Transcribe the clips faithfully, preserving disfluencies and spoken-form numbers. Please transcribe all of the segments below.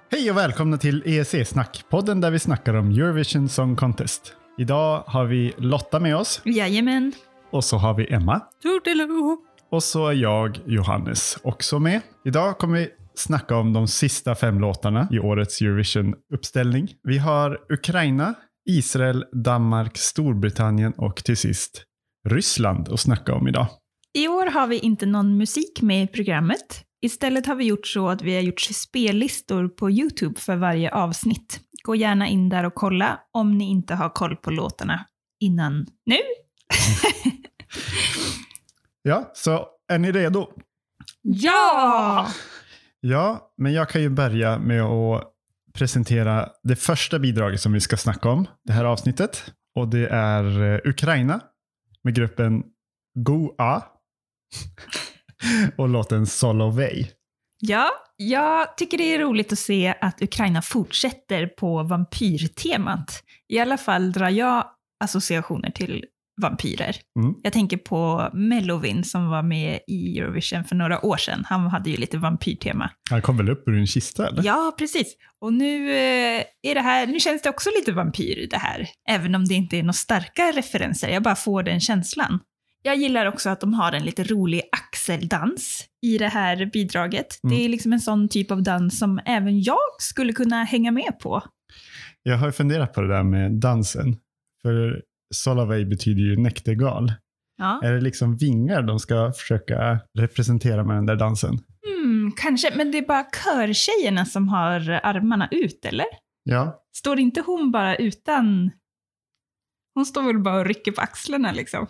Hej och välkomna till E S C-snack, podden där vi snackar om Eurovision Song Contest. Idag har vi Lotta med oss. Jajamän. Och så har vi Emma. Toodaloo. Och så är jag, Johannes, också med. Idag kommer vi snacka om de sista fem låtarna i årets Eurovision-uppställning. Vi har Ukraina, Israel, Danmark, Storbritannien och till sist Ryssland att snacka om idag. I år har vi inte någon musik med i programmet. Istället har vi gjort så att vi har gjort spellistor på YouTube för varje avsnitt. Gå gärna in där och kolla om ni inte har koll på låtarna innan nu. Ja, så är ni redo? Ja! Ja, men jag kan ju börja med att presentera det första bidraget som vi ska snacka om det här avsnittet. Och det är Ukraina med gruppen Goa och låten Solovej. Ja, jag tycker det är roligt att se att Ukraina fortsätter på vampyrtemat. I alla fall drar jag associationer till vampyrer. Mm. Jag tänker på Melovin som var med i Eurovision för några år sedan. Han hade ju lite vampyrtema. Han kom väl upp ur en kista, eller? Ja, precis. Och nu eh, är det här, nu känns det också lite vampyr det här. Även om det inte är några starka referenser. Jag bara får den känslan. Jag gillar också att de har en lite rolig axeldans i det här bidraget. Mm. Det är liksom en sån typ av dans som även jag skulle kunna hänga med på. Jag har funderat på det där med dansen. För Solovej betyder ju näktergal. Ja. Är det liksom vingar de ska försöka representera med den där dansen? Mm, kanske, men det är bara körtjejerna som har armarna ut, eller? Ja. Står inte hon bara utan... Hon står väl bara och rycker på axlarna liksom.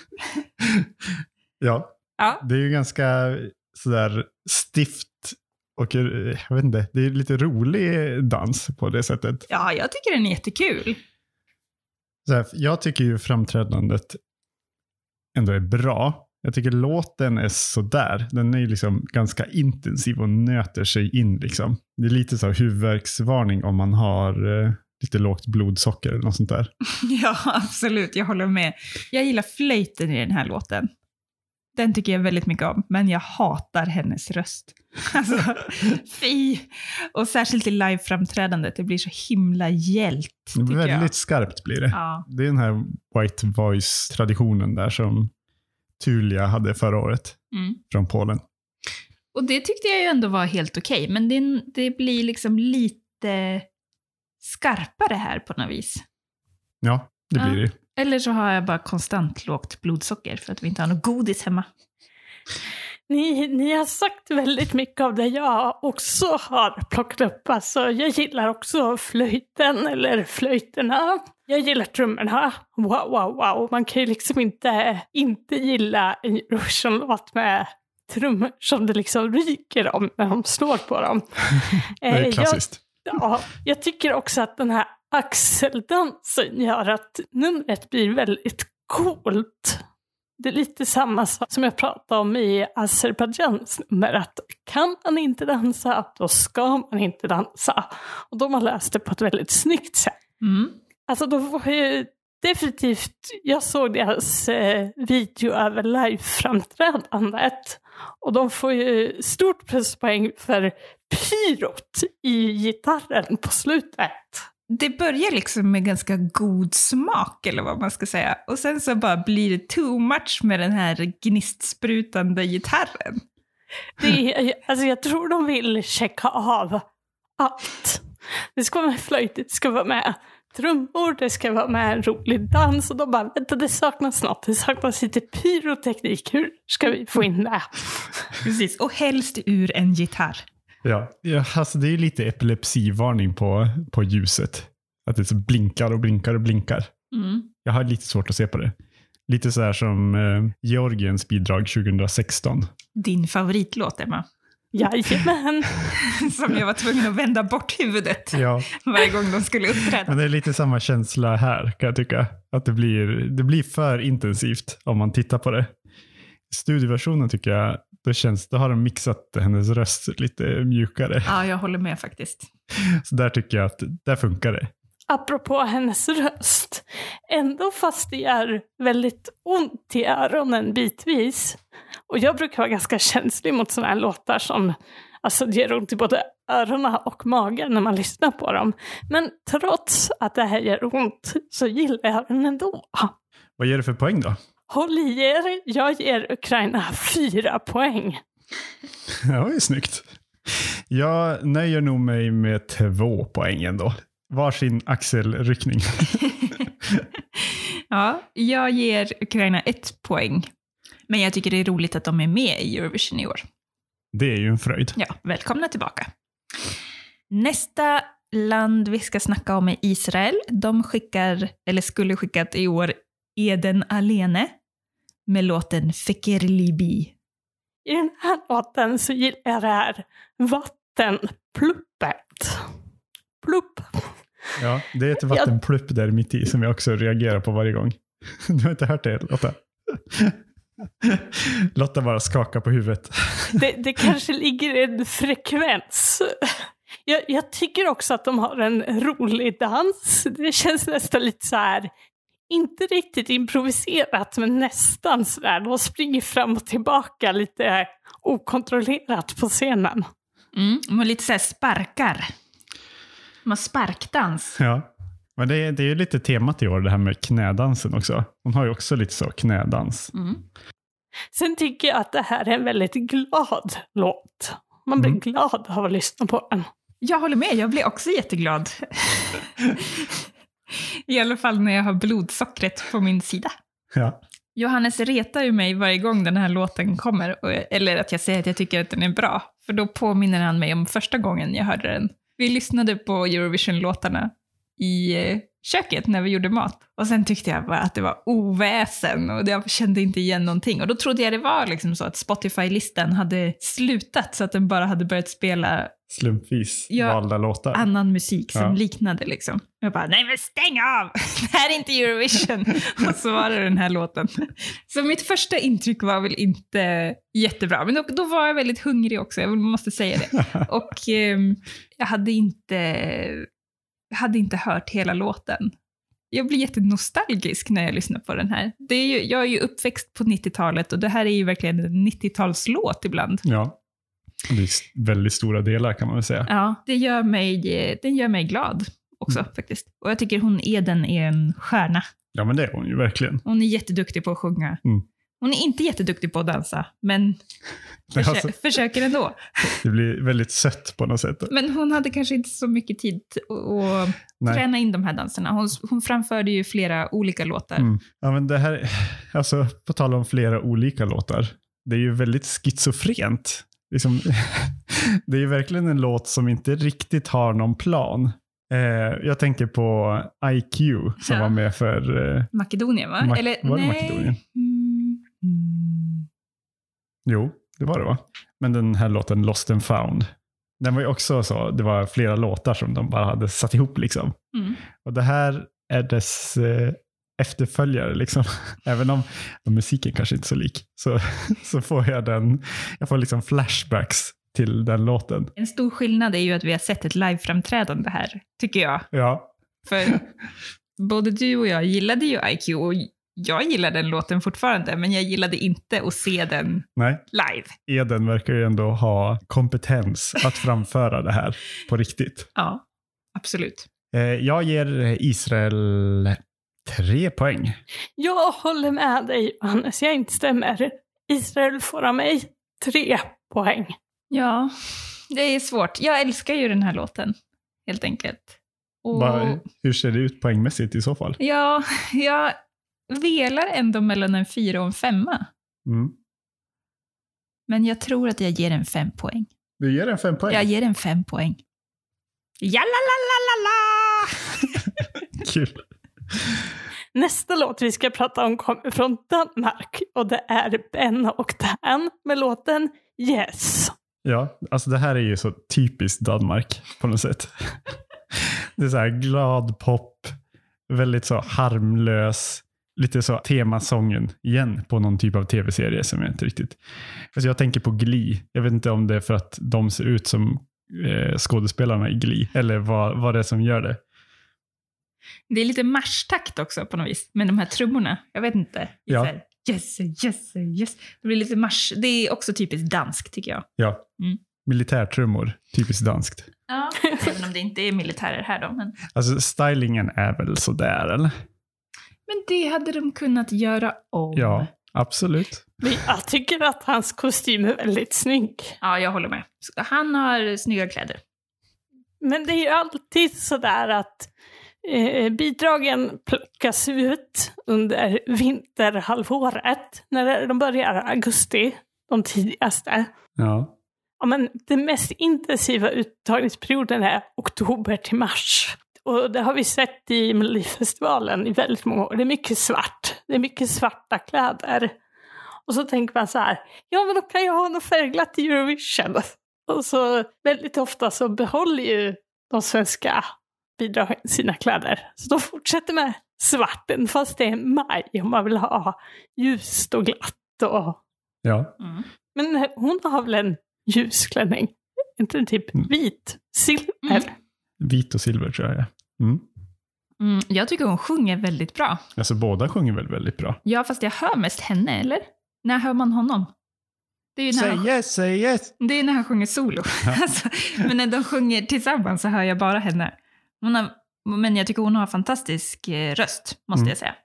ja. ja, det är ju ganska sådär stift och jag vet inte, det är lite rolig dans på det sättet. Ja, jag tycker den är jättekul. Så här, jag tycker ju framträdandet ändå är bra. Jag tycker låten är sådär. Den är ju liksom ganska intensiv och nöter sig in liksom. Det är lite så huvudvärksvarning om man har... Eh, lite lågt blodsocker eller något sånt där. Ja, absolut. Jag håller med. Jag gillar flöjten i den här låten. Den tycker jag väldigt mycket om. Men jag hatar hennes röst. Alltså, fy. Och särskilt i live-framträdandet. Det blir så himla hjält. Väldigt jag. skarpt blir det. Ja. Det är den här white voice-traditionen där som Tulia hade förra året. Mm. Från Polen. Och det tyckte jag ju ändå var helt okej. Okay. Men det, det blir liksom lite... skarpare här på något vis. Ja, det blir det. Ja. Eller så har jag bara konstant lågt blodsocker för att vi inte har något godis hemma. Ni, ni har sagt väldigt mycket av det jag också har plockat upp. Alltså, jag gillar också flöjten eller flöjterna. Jag gillar trummorna. Wow, wow, wow. Man kan ju liksom inte, inte gilla en Eurovision-låt med trummor som det liksom ryker om när de slår på dem. Det är klassiskt. Jag, Ja, jag tycker också att den här axeldansen gör att numret blir väldigt coolt. Det är lite samma sak som jag pratade om i Azerbajdzjans nummer, att kan man inte dansa, då ska man inte dansa. Och de har löst det på ett väldigt snyggt sätt. Mm. Alltså då var ju definitivt, jag såg deras eh, video över live-framträdandet. Och de får ju stort pluspoäng för pyrot i gitarren på slutet. Det börjar liksom med ganska god smak eller vad man ska säga. Och sen så bara blir det too much med den här gnistsprutande gitarren. Det är, alltså jag tror de vill checka av allt. Det ska vara med flöjt, det ska vara med trummor, det ska vara med en rolig dans. Och de bara, vänta, det saknas något. Det saknas lite pyroteknik. Hur ska vi få in det? Precis, och helst ur en gitarr. Ja, ja alltså det är lite epilepsivarning på, på ljuset. Att det så blinkar och blinkar och blinkar. Mm. Jag har lite svårt att se på det. Lite så här som eh, Georgiens bidrag tjugohundrasexton. Din favoritlåt, Emma. Jajamän. Som jag var tvungen att vända bort huvudet ja. varje gång de skulle uppträda. Men det är lite samma känsla här, kan jag tycka. Att det blir, det blir för intensivt om man tittar på det. Studioversionen tycker jag, då, känns, då har de mixat hennes röst lite mjukare. Ja, jag håller med faktiskt. Så där tycker jag att där funkar det. Apropå hennes röst, ändå fast det är väldigt ont i öronen bitvis. Och jag brukar vara ganska känslig mot sådana här låtar som, alltså det gör ont i både öronen och magen när man lyssnar på dem. Men trots att det här gör ont så gillar jag den ändå. Vad ger du för poäng då? Håll i er, jag ger Ukraina fyra poäng. Ja, det är snyggt. Jag nöjer nog mig med två poäng ändå. Varsin axelryckning. Ja, jag ger Ukraina ett poäng. Men jag tycker det är roligt att de är med i Eurovision i år. Det är ju en fröjd. Ja, välkomna tillbaka. Nästa land vi ska snacka om är Israel. De skickar, eller skulle skickat i år, Eden Alene med låten Feker Libi. I den här låten så gillar jag det här vattenpluppet. Plupp. Ja, det är ett vattenplupp där mitt i som jag också reagerar på varje gång. Du har inte hört det, Lotta? Lotta bara skakar på huvudet. Det, det kanske ligger en frekvens. Jag, jag tycker också att de har en rolig dans. Det känns nästan lite så här, inte riktigt improviserat, men nästan så där. De springer fram och tillbaka lite okontrollerat på scenen. Mm, och lite så här sparkar. De har sparkdans. Ja, men det är, det är ju lite temat i år, det här med knädansen också. Hon har ju också lite så knädans. Mm. Sen tycker jag att det här är en väldigt glad låt. Man blir mm. glad av att lyssna på den. Jag håller med, jag blir också jätteglad. I alla fall när jag har blodsockret på min sida. Ja. Johannes retar ju mig varje gång den här låten kommer. Och, eller att jag säger att jag tycker att den är bra. För då påminner han mig om första gången jag hörde den. Vi lyssnade på Eurovision-låtarna i eh, köket när vi gjorde mat. Och sen tyckte jag bara att det var oväsen och jag kände inte igen någonting. Och då trodde jag det var liksom så att Spotify-listan hade slutat så att den bara hade börjat spela slumpvis ja, valda låtar. Annan musik som ja. liknade liksom. Jag bara, nej men stäng av! Det här är inte Eurovision! Och så var det den här låten. Så mitt första intryck var väl inte jättebra. Men då, då var jag väldigt hungrig också, jag måste säga det. Och eh, jag hade inte, jag hade inte hört hela låten. Jag blir jättenostalgisk när jag lyssnar på den här. Det är ju, jag är ju uppväxt på nittiotalet och det här är ju verkligen en nittiotalslåt ibland. Ja. Det är väldigt stora delar kan man väl säga. Ja, det gör mig, den gör mig glad också mm. faktiskt. Och jag tycker hon Eden är en stjärna. Ja, men det är hon ju verkligen. Hon är jätteduktig på att sjunga. Mm. Hon är inte jätteduktig på att dansa, men försö- alltså, försöker ändå. Det blir väldigt sött på något sätt. Men hon hade kanske inte så mycket tid att Nej. träna in de här danserna. Hon, hon framförde ju flera olika låtar. Mm. Ja, men det här, alltså på tal om flera olika låtar. Det är ju väldigt schizofrent. Liksom, det är ju verkligen en låt som inte riktigt har någon plan. Eh, jag tänker på I Q som ja. var med för... Eh, Makedonien, va? Ma- Eller, var det nej. Makedonien? Mm. Mm. Jo, det var det va? Men den här låten Lost and Found. Den var ju också så, det var flera låtar som de bara hade satt ihop liksom. Mm. Och det här är dess eh, efterföljare liksom. Även om, om musiken kanske inte är så lik. Så, så får jag den, jag får liksom flashbacks till den låten. En stor skillnad är ju att vi har sett ett liveframträdande här, tycker jag. Ja. För både du och jag gillade ju I Q och jag gillar den låten fortfarande, men jag gillade inte att se den Nej. live. Eden verkar ju ändå ha kompetens att framföra det här på riktigt. Ja, absolut. Eh, jag ger Israel tre poäng. Jag håller med dig, Hannes. Jag instämmer. Israel får av mig tre poäng. Ja, det är svårt. Jag älskar ju den här låten, helt enkelt. Och Bara, hur ser det ut poängmässigt i så fall? Ja, jag velar ändå mellan en fyra och en femma. Mm. Men jag tror att jag ger en fem poäng. Du ger en fem poäng? Jag ger en fem poäng. Jalalalala! Kul. Nästa låt vi ska prata om kommer från Danmark. Och det är Ben och Dan med låten Yes. Ja, alltså det här är ju så typiskt Danmark på något sätt. Det är så här glad pop, väldigt så harmlös, lite så temasången igen på någon typ av tv-serie som jag inte riktigt... Alltså jag tänker på Glee. Jag vet inte om det är för att de ser ut som eh, skådespelarna i Glee eller vad, vad det är som gör det. Det är lite marschtakt också på något vis med de här trummorna. Jag vet inte. Ja. Yes, yes, yes. Det blir lite marsch. Det är också typiskt dansk tycker jag. Ja, mm. militärtrummor, typiskt danskt. Ja, även om det inte är militärer här då. Men... Alltså stylingen är väl sådär, eller? Men det hade de kunnat göra om. Ja, absolut. Men jag tycker att hans kostym är väldigt snygg. Ja, jag håller med. Han har snygga kläder. Men det är ju alltid sådär att eh, bidragen plockas ut under vinterhalvåret. När de börjar augusti, de tidigaste. Ja. Ja, men den mest intensiva uttagningsperioden är oktober till mars. Och det har vi sett i Melodifestivalen i väldigt många år. Det är mycket svart. Det är mycket svarta kläder. Och så tänker man så här, ja men då kan jag ha något färgglatt i Eurovision. Och så väldigt ofta så behåller ju de svenska bidragen sina kläder. Så de fortsätter med svarten fast det är maj om man vill ha ljust och glatt. Och... Ja. Mm. Men hon har väl en ljusklänning? Inte en typ vit, silver? Mm. Vit och silver tror jag är. Mm. Mm, jag tycker hon sjunger väldigt bra. Alltså båda sjunger väl väldigt bra. Ja, fast jag hör mest henne, eller? När hör man honom? Det är ju när Say han, yes, say yes. det är när han sjunger solo. Ja. Alltså, men när de sjunger tillsammans så hör jag bara henne. Hon har, men jag tycker hon har fantastisk eh, röst, måste Mm. jag säga.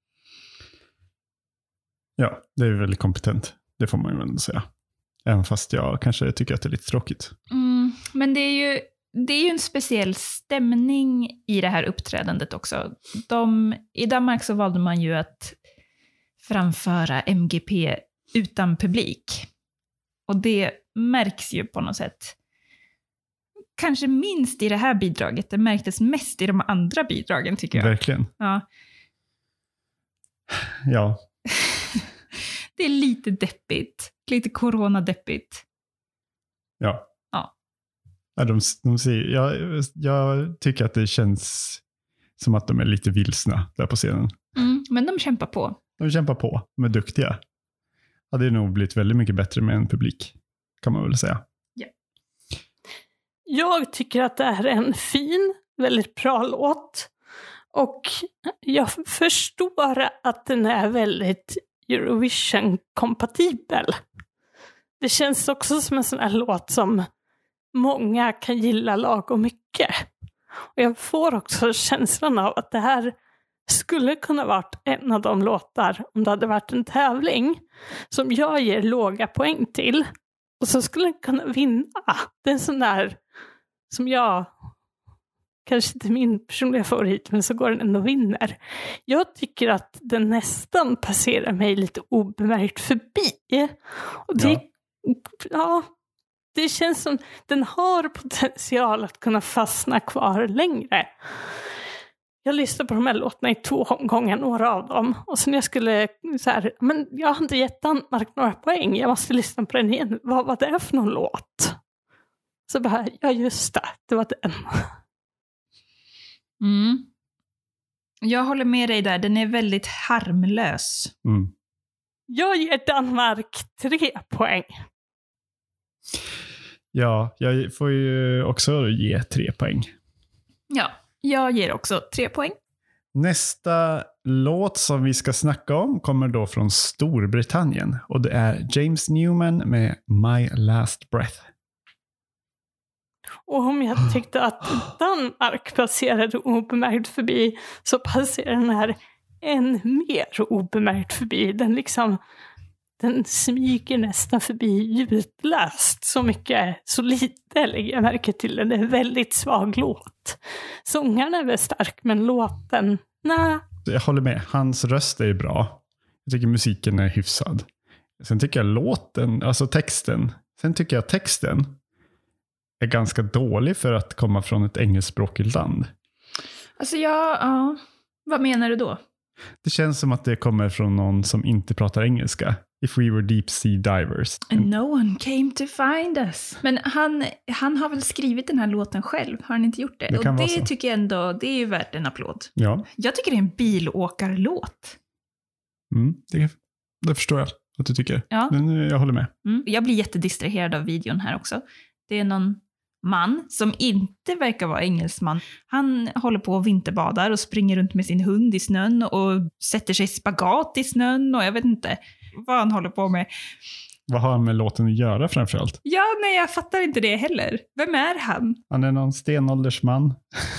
Ja, det är väldigt kompetent. Det får man ju ändå säga. Även fast jag kanske tycker att det är lite tråkigt. Mm, men det är ju det är ju en speciell stämning i det här uppträdandet också. De, i Danmark så valde man ju att framföra M G P utan publik. Och det märks ju på något sätt. Kanske minst i det här bidraget. Det märktes mest i de andra bidragen tycker jag. Verkligen. Ja. Ja. Det är lite deppigt. Lite coronadeppigt. Ja. Ja. Ja, de, de ser, jag, jag tycker att det känns som att de är lite vilsna där på scenen. Mm, men de kämpar på. De kämpar på, de är duktiga. Ja, det är nog blivit väldigt mycket bättre med en publik, kan man väl säga. Ja. Jag tycker att det är en fin, väldigt bra låt. Och jag förstår att den är väldigt Eurovision-kompatibel. Det känns också som en sån här låt som många kan gilla lagom mycket. Och jag får också känslan av att det här skulle kunna varit en av de låtar, om det hade varit en tävling, som jag ger låga poäng till. Och så skulle den kunna vinna. Det är en sån där som jag, kanske inte min personliga favorit, men så går den ändå vinner. Jag tycker att den nästan passerar mig lite obemärkt förbi. Och det, ja. ja, det känns som den har potential att kunna fastna kvar längre. Jag lyssnade på de här låtarna i två omgångar, några av dem. Och sen jag skulle så här, men jag har inte gett Danmark några poäng. Jag måste lyssna på den igen. Vad var det för någon låt? Så bara, ja just det, det var den. Mm. Jag håller med dig där, den är väldigt harmlös. Mm. Jag ger Danmark tre poäng. Ja, jag får ju också ge tre poäng. Ja, jag ger också tre poäng. Nästa låt som vi ska snacka om kommer då från Storbritannien. Och det är James Newman med My Last Breath. Och om jag tyckte att Danmark passerade obemärkt förbi, så passerar den här än mer obemärkt förbi. Den liksom, den smyger nästan förbi ljudlöst. Så mycket, så lite lägger jag märke till den. Det är en väldigt svag låt. Sångaren är väl stark, men låten, nej. Jag håller med, hans röst är bra. Jag tycker musiken är hyfsad. Sen tycker jag låten, alltså texten. Sen tycker jag texten är ganska dålig för att komma från ett engelskspråkigt land. Alltså ja, ja, vad menar du då? Det känns som att det kommer från någon som inte pratar engelska. If we were deep sea divers. And no one came to find us. Men han, han har väl skrivit den här låten själv? Har han inte gjort det? Det kan och vara det så. tycker jag ändå, det är ju värt en applåd. Ja, Jag tycker det är en bilåkarlåt. mm, det, det förstår jag att du tycker. Ja. Men jag håller med. Mm. Jag blir jättedistraherad av videon här också. Det är någon man som inte verkar vara engelsman. Han håller på och vinterbadar och springer runt med sin hund i snön och sätter sig spagat i snön och jag vet inte vad han håller på med. Vad har han med låten att göra framförallt? Ja, nej, jag fattar inte det heller. Vem är han? Han är någon stenåldersman.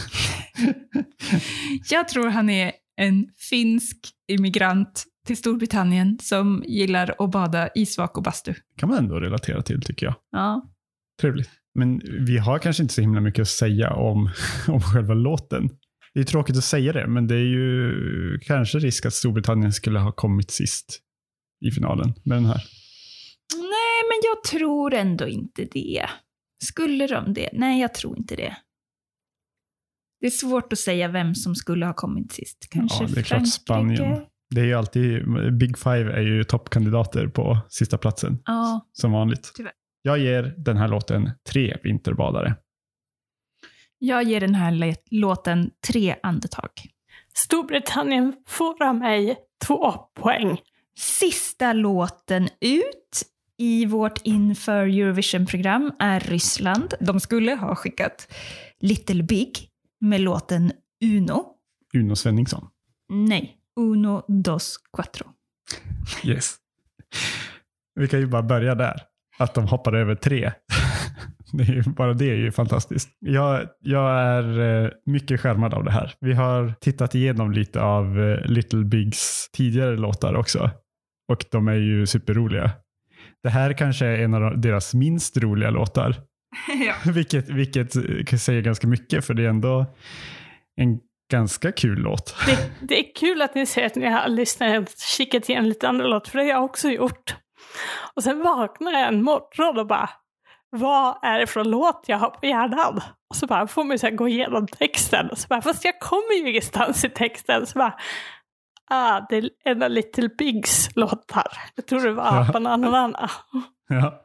Jag tror han är en finsk immigrant till Storbritannien som gillar att bada i svak och bastu. Kan man ändå relatera till, tycker jag. Ja. Trevligt. Men vi har kanske inte så himla mycket att säga om, om själva låten. Det är tråkigt att säga det, men det är ju kanske risk att Storbritannien skulle ha kommit sist i finalen med den här. Nej, men jag tror ändå inte det. Skulle de det? Nej, jag tror inte det. Det är svårt att säga vem som skulle ha kommit sist. Kanske ja, det är Frankrike. klart Spanien. Det är ju alltid, Big Five är ju toppkandidater på sista platsen. Ja. Som vanligt. Tyvärr. Jag ger den här låten tre vinterbadare. Jag ger den här låten tre andetag. Storbritannien får av mig två poäng. Sista låten ut i vårt inför Eurovision-program är Ryssland. De skulle ha skickat Little Big med låten Uno. Uno Svenningsson. Nej, Uno, dos, cuatro. Yes. Vi kan ju bara börja där. Att de hoppar över tre. Det är ju, bara det är ju fantastiskt. Jag, jag är mycket skärmad av det här. Vi har tittat igenom lite av Little Bigs tidigare låtar också. Och de är ju superroliga. Det här kanske är en av deras minst roliga låtar. Ja. vilket, vilket kan säga ganska mycket, för det är ändå en ganska kul låt. Det, det är kul att ni säger att ni har lyssnat och kikat igen lite andra låt, för det har jag också gjort. Och sen vaknar jag en morgon och bara, vad är det för låt jag har på hjärnan? Och så bara får man så här gå igenom texten. Och så bara, fast jag kommer ju ingenstans i texten. Så bara, ah, det är en av Little Bigs låtar. Jag tror det var ja. Bananana. Ja.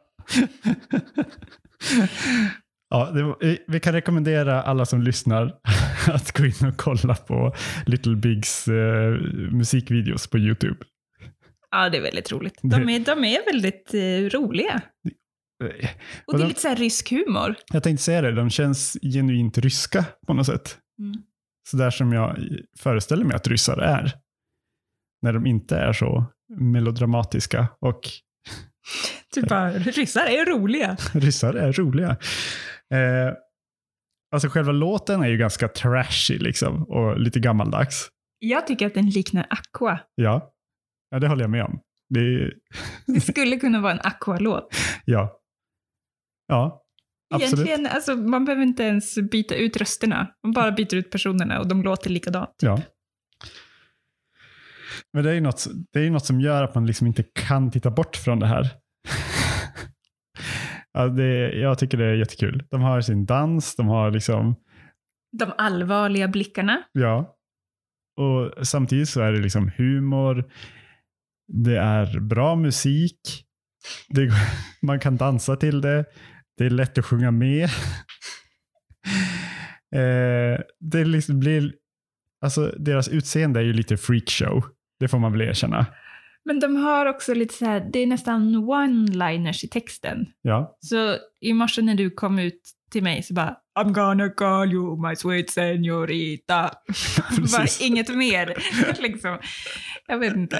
Ja, det, vi kan rekommendera alla som lyssnar att gå in och kolla på Little Bigs eh, musikvideos på YouTube. Ja, det är väldigt roligt. De är, de är väldigt eh, roliga. Och det är de, lite så här rysk humor. Jag tänkte säga det, de känns genuint ryska på något sätt. Mm. Så där som jag föreställer mig att ryssar är. När de inte är så melodramatiska och... Typ bara, ryssar är roliga. Ryssar är roliga. Eh, alltså själva låten är ju ganska trashy liksom, och lite gammaldags. Jag tycker att den liknar Aqua. Ja, ja det håller jag med om. Det, är... det skulle kunna vara en Aqua-låt. Ja. Ja, absolut. Egentligen, alltså, man behöver inte ens byta ut rösterna. Man bara byter ut personerna och de låter likadant. Typ. Ja. Men det är ju något, det är något som gör att man liksom inte kan titta bort från det här. Ja, det, jag tycker det är jättekul. De har sin dans, de har liksom... De allvarliga blickarna. Ja. Och samtidigt så är det liksom humor. Det är bra musik. Det, man kan dansa till det. Det är lätt att sjunga med. eh, det liksom blir... Alltså deras utseende är ju lite freakshow. Det får man väl erkänna. Men de har också lite så här, det är nästan one-liners i texten. Ja. Så i morse när du kom ut till mig så bara, I'm gonna call you my sweet señorita. Bara inget mer. liksom. Jag vet inte.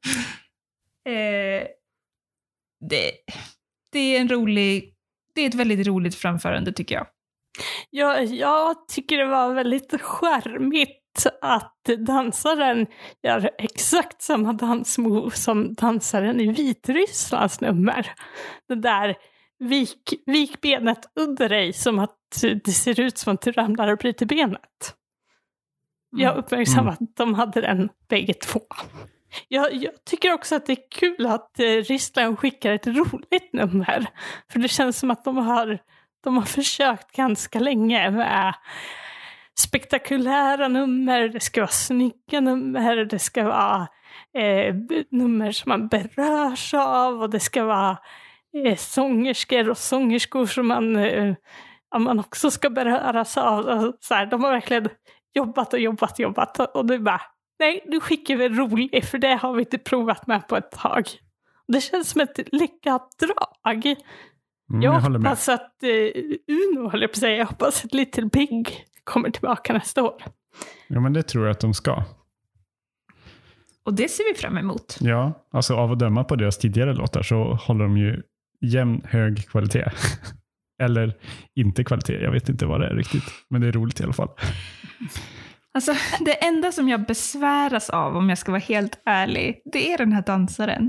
Eh, det, det är en rolig, det är ett väldigt roligt framförande tycker jag. Ja, jag tycker det var väldigt charmigt att dansaren gör exakt samma dansmove som dansaren i Vitrysslands nummer. Det där vik, vik benet under dig som att det ser ut som att du ramlar och bryter benet. Jag uppmärksammade mm. att de hade den bägge två. Jag, jag tycker också att det är kul att eh, Ryssland skickar ett roligt nummer. För det känns som att de har, de har försökt ganska länge med spektakulära nummer, det ska vara snygga nummer, det ska vara eh, nummer som man berörs av och det ska vara eh, sångerskor och sångerskor som man, eh, man också ska beröras av. Så här, de har verkligen jobbat och jobbat och jobbat och du bara, nej, nu skickar vi roligt för det har vi inte provat med på ett tag. Det känns som ett lyckat drag. Mm, jag, jag hoppas att eh, Uno, håller jag på att säga, jag hoppas att Little Big kommer tillbaka nästa år. Ja, men det tror jag att de ska. Och det ser vi fram emot. Ja, alltså av att döma på deras tidigare låtar så håller de ju jämn hög kvalitet. Eller inte kvalitet, jag vet inte vad det är riktigt. Men det är roligt i alla fall. Alltså, det enda som jag besväras av, om jag ska vara helt ärlig, det är den här dansaren.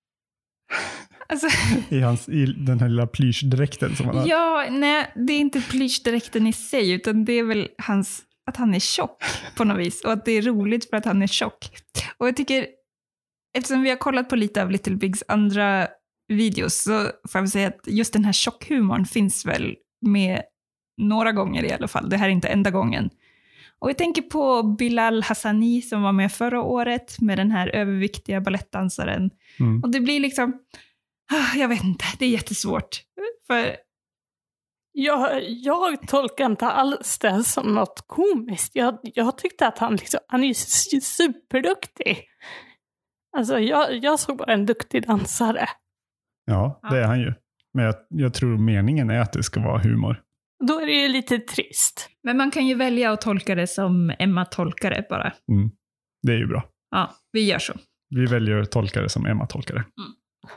Alltså, I, hans, I den här lilla plyschdräkten som han har. ja, nej, det är inte plyschdräkten i sig, utan det är väl hans, att han är tjock på något vis. Och att det är roligt för att han är tjock. Och jag tycker, eftersom vi har kollat på lite av Little Bigs andra videos, så får jag säga att just den här tjockhumorn finns väl med några gånger i alla fall. Det här är inte enda gången. Och jag tänker på Bilal Hassani som var med förra året med den här överviktiga ballettdansaren. Mm. Och det blir liksom, jag vet inte, det är jättesvårt. För jag, jag tolkar inte alls det som något komiskt. Jag, jag tyckte att han, liksom, han är superduktig. Alltså jag, jag såg bara en duktig dansare. Ja, det är han ju. Men jag, jag tror meningen är att det ska vara humor. Då är det ju lite trist. Men man kan ju välja att tolka det som Emma tolkar det bara. Mm. Det är ju bra. Ja, vi gör så. Vi väljer att tolka det som Emma tolkar det. Mm.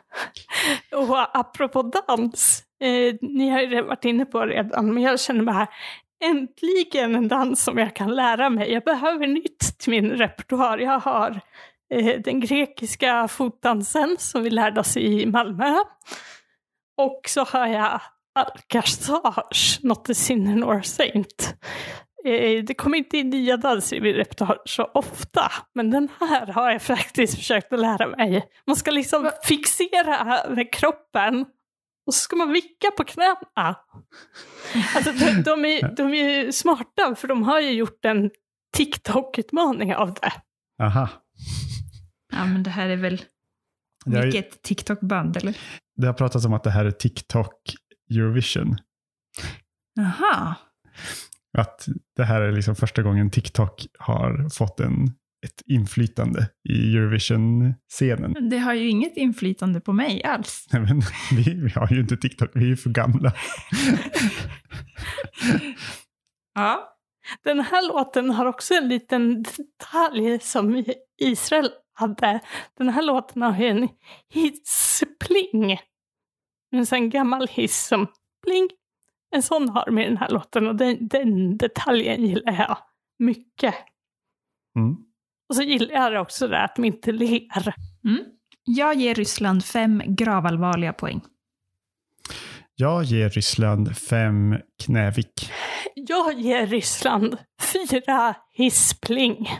Och apropå dans, eh, ni har ju redan varit inne på det redan, men jag känner bara äntligen en dans som jag kan lära mig. Jag behöver nytt till min repertoar. Jag har eh, den grekiska fotdansen som vi lärde oss i Malmö. Och så har jag Alcazars, Not a Sinner nor a Saint. Eh, det kommer inte in nya danser i min repertoar så ofta, men den här har jag faktiskt försökt att lära mig. Man ska liksom fixera över kroppen och så ska man vicka på knäna. Alltså, de, de, är, de är smarta för de har ju gjort en TikTok-utmaning av det. Aha. Ja, men det här är väl det vilket ju... TikTok-band, eller? Det har pratats om att det här är TikTok Eurovision. Aha. Att det här är liksom första gången TikTok har fått en, ett inflytande i Eurovision-scenen. Det har ju inget inflytande på mig alls. Nej, men vi, vi har ju inte TikTok, vi är ju för gamla. Ja. Den här låten har också en liten detalj som Israel hade. Den här låten har en hisspling. En sån gammal hiss som pling. En sån har med den här låten och den, den detaljen gillar jag mycket. Mm. Och så gillar jag det också där att de inte ler. Mm. Jag ger Ryssland fem gravallvarliga poäng. Jag ger Ryssland fem knävick. Jag ger Ryssland fyra hisspling.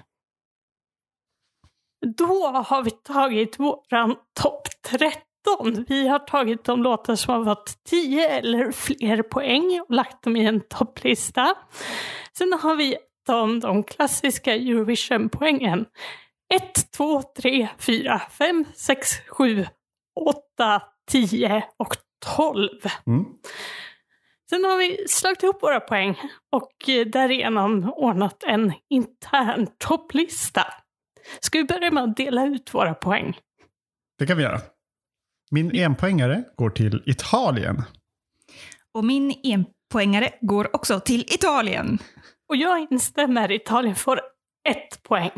Då har vi tagit våran topp tretton. Vi har tagit de låtar som har fått tio eller fler poäng och lagt dem i en topplista. Sen har vi de, de klassiska Eurovision-poängen. ett, två, tre, fyra, fem, sex, sju, åtta, tio och tolv. Mm. Sen har vi slagit ihop våra poäng och därigenom ordnat en intern topplista. Ska vi börja med att dela ut våra poäng? Det kan vi göra. Min enpoängare går till Italien. Och min enpoängare går också till Italien. Och jag instämmer, Italien får ett poäng.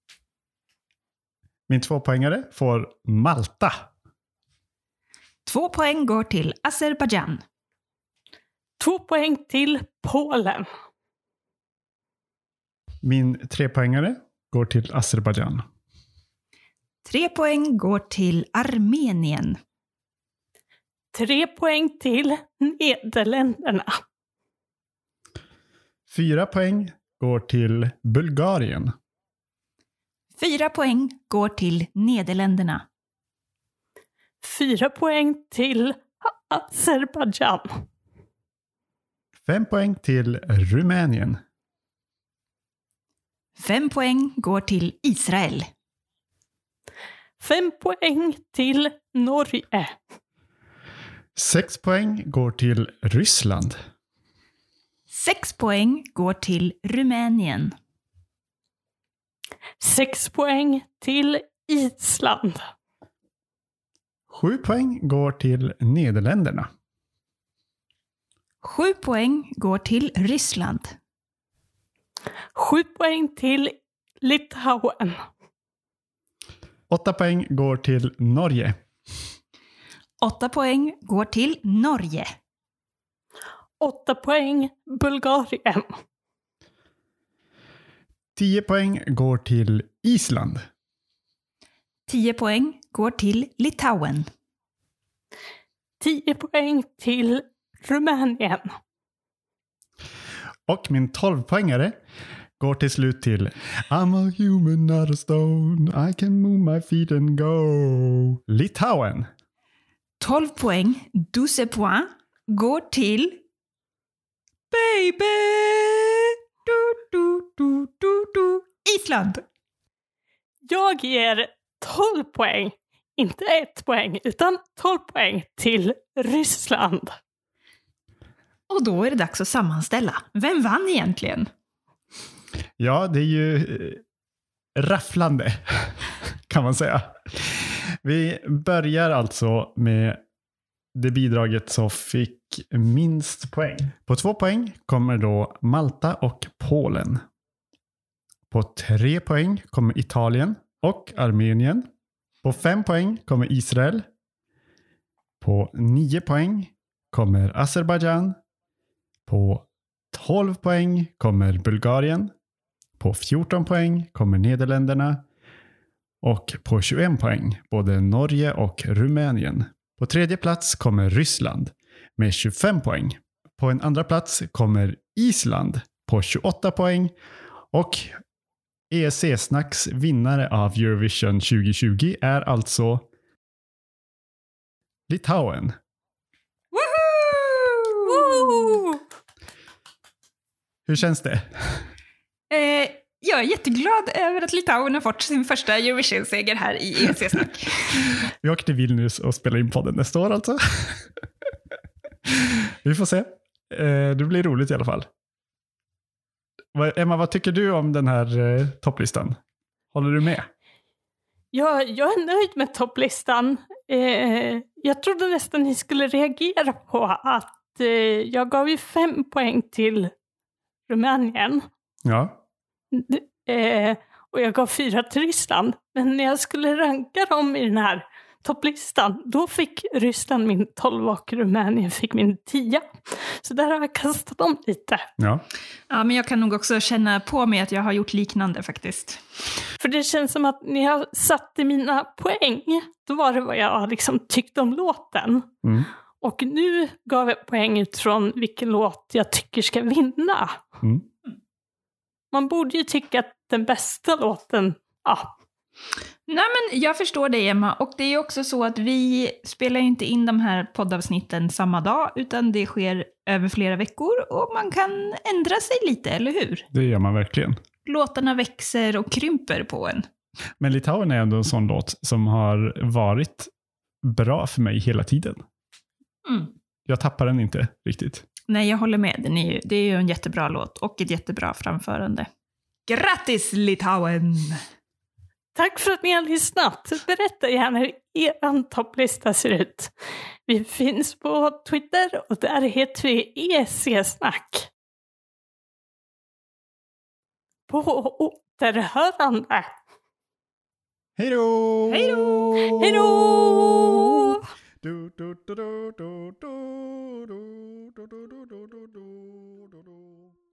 Min tvåpoängare får Malta. Två poäng går till Azerbaijan. Två poäng till Polen. Min trepoängare går till Azerbaijan. Tre poäng går till Armenien. Tre poäng till Nederländerna. Fyra poäng går till Bulgarien. Fyra poäng går till Nederländerna. Fyra poäng till Azerbaijan. Fem poäng till Rumänien. Fem poäng går till Israel. Fem poäng till Norge. Sex poäng går till Ryssland. Sex poäng går till Rumänien. Sex poäng till Island. Sju poäng går till Nederländerna. Sju poäng går till Ryssland. Sju poäng till Litauen. Åtta poäng går till Norge. Åtta poäng går till Norge. Åtta poäng Bulgarien. Tio poäng går till Island. Tio poäng går till Litauen. Tio poäng till Rumänien. Och min tolv-poängare går till slut till I'm a human, not a stone. I can move my feet and go. Litauen. tolv poäng, douze points, går till baby. Du, du, du, du, du. Island. Jag ger tolv poäng, inte ett poäng, utan tolv poäng till Ryssland. Och då är det dags att sammanställa. Vem vann egentligen? Ja, det är ju eh, rafflande kan man säga. Vi börjar alltså med det bidraget som fick minst poäng. På två poäng kommer då Malta och Polen. På tre poäng kommer Italien och Armenien. På fem poäng kommer Israel. På nio poäng kommer Azerbaijan. På tolv poäng kommer Bulgarien. På fjorton poäng kommer Nederländerna. Och på tjugoett poäng både Norge och Rumänien. På tredje plats kommer Ryssland med tjugofem poäng. På en andra plats kommer Island på tjugoåtta poäng. Och E S C-snacks vinnare av Eurovision tjugo tjugo är alltså Litauen. Woohoo! Hur känns det? Eh, jag är jätteglad över att Litauen har fått sin första Eurovision-seger här i E S C-snack. Vi åker till Vilnius och spelar in podden nästa år alltså. Vi får se. Eh, det blir roligt i alla fall. Emma, vad tycker du om den här eh, topplistan? Håller du med? Ja, jag är nöjd med topplistan. Eh, jag trodde nästan ni skulle reagera på att eh, jag gav ju fem poäng till Rumänien. Ja. Eh, och jag gav fyra till Ryssland. Men när jag skulle ranka dem i den här topplistan, då fick Ryssland min tolv och Rumänien fick min tio. Så där har jag kastat dem lite. Ja. Ja, men jag kan nog också känna på mig att jag har gjort liknande faktiskt. För det känns som att när jag satte mina poäng, då var det vad jag liksom tyckte om låten. Mm. Och nu gav jag poäng utifrån vilken låt jag tycker ska vinna. Mm. Man borde ju tycka att den bästa låten, ja. Nej, men jag förstår dig, Emma. Och det är också så att vi spelar inte in de här poddavsnitten samma dag, utan det sker över flera veckor och man kan ändra sig lite, eller hur? Det gör man verkligen. Låtarna växer och krymper på en. Men Litauen är ändå en sån låt som har varit bra för mig hela tiden. Mm. Jag tappar den inte riktigt. Nej, jag håller med. Den är ju, det är ju en jättebra låt och ett jättebra framförande. Grattis, Litauen! Tack för att ni har lyssnat. Berätta gärna hur er topplista ser ut. Vi finns på Twitter och där heter vi E S C-snack. På återhörande. Hej då! Hej då! Hej då! Du, du, du, du, du, du, du, du, du, du, du, du, du, du.